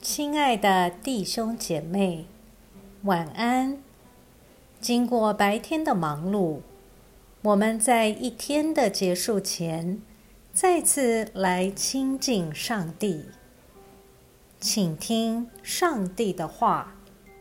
亲爱的弟兄姐妹，晚安。经过白天的忙碌，我们在一天的结束前，再次来亲近上帝。请听上帝的话。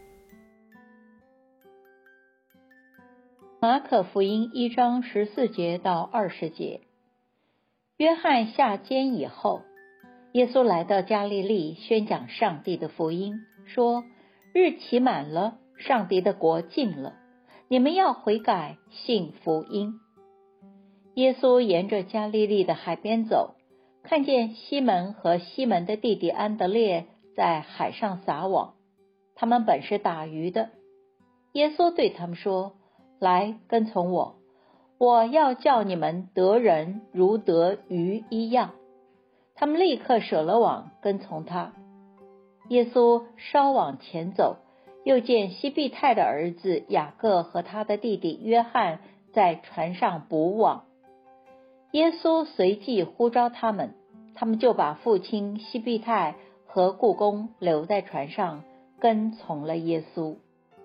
马可福音1章14节到20节。约翰下监以后，耶稣来到加利利，宣讲上帝的福音，说：日期满了，上帝的国近了，你们要悔改，信福音。耶稣沿着加利利的海边走，看见西门和西门的弟弟安德烈在海上撒网，他们本是打鱼的。耶稣对他们说：来，跟从我，我要叫你们得人如得鱼一样。他们立刻舍了网，跟从他。耶稣稍往前走，又见西庇太的儿子雅各和他的弟弟约翰在船上捕网。耶稣随即呼召他们，他们就把父亲西庇太和雇工留在船上，跟从了耶稣。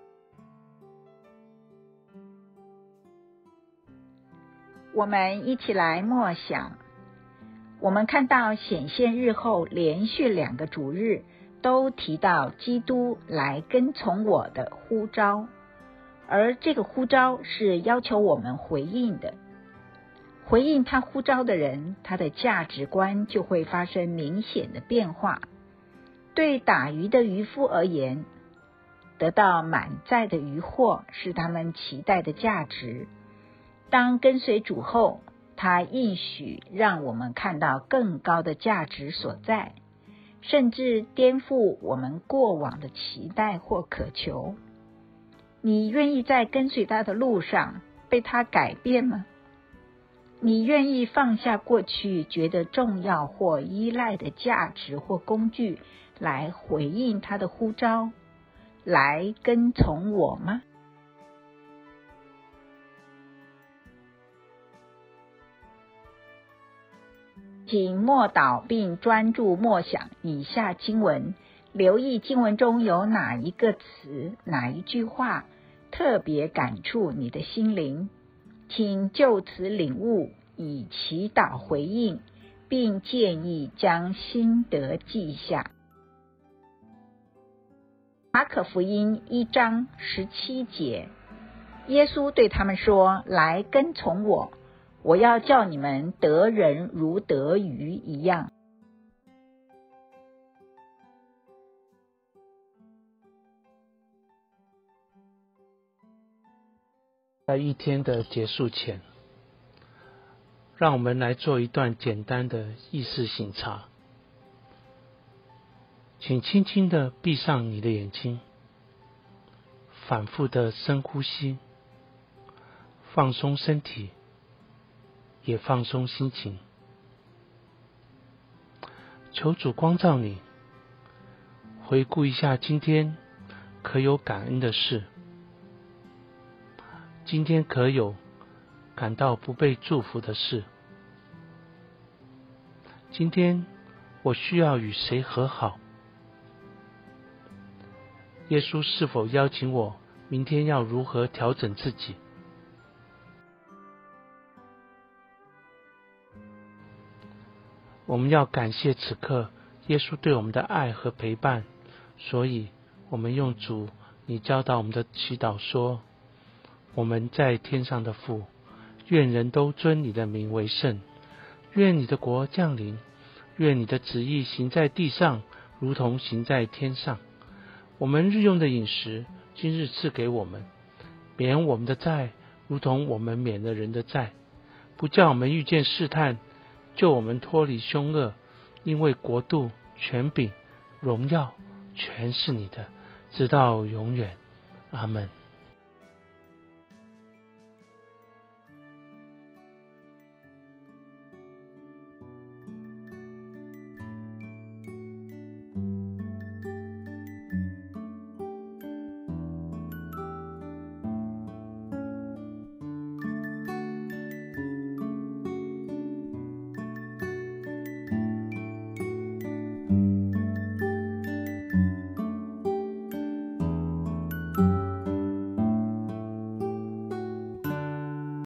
我们一起来默想。我们看到显现日后连续2个主日都提到基督来跟从我的呼召，而这个呼召是要求我们回应的。回应他呼召的人，他的价值观就会发生明显的变化。对打鱼的渔夫而言，得到满载的渔获是他们期待的价值。当跟随主后，他应许让我们看到更高的价值所在，甚至颠覆我们过往的期待或渴求。你愿意在跟随他的路上被他改变吗？你愿意放下过去觉得重要或依赖的价值或工具，来回应他的呼召，来跟从我吗？请默祷并专注默想以下经文，留意经文中有哪一个词、哪一句话特别感触你的心灵，请就此领悟，以祈祷回应，并建议将心得记下。马可福音1章17节，耶稣对他们说：来跟从我，我要叫你们得人如得鱼一样。 在一天的结束前，让我们来做一段简单的意识省察。请轻轻地闭上你的眼睛，反复的深呼吸，放松身体，也放松心情。求主光照你，回顾一下今天可有感恩的事，今天可有感到不被祝福的事，今天我需要与谁和好？耶稣是否邀请我明天要如何调整自己？我们要感谢此刻耶稣对我们的爱和陪伴，所以我们用主你教导我们的祈祷说：我们在天上的父，愿人都尊你的名为圣，愿你的国降临，愿你的旨意行在地上，如同行在天上。我们日用的饮食，今日赐给我们，免我们的债，如同我们免了人的债，不叫我们遇见试探，救我们脱离凶恶，因为国度、权柄、荣耀，全是你的，直到永远。阿们。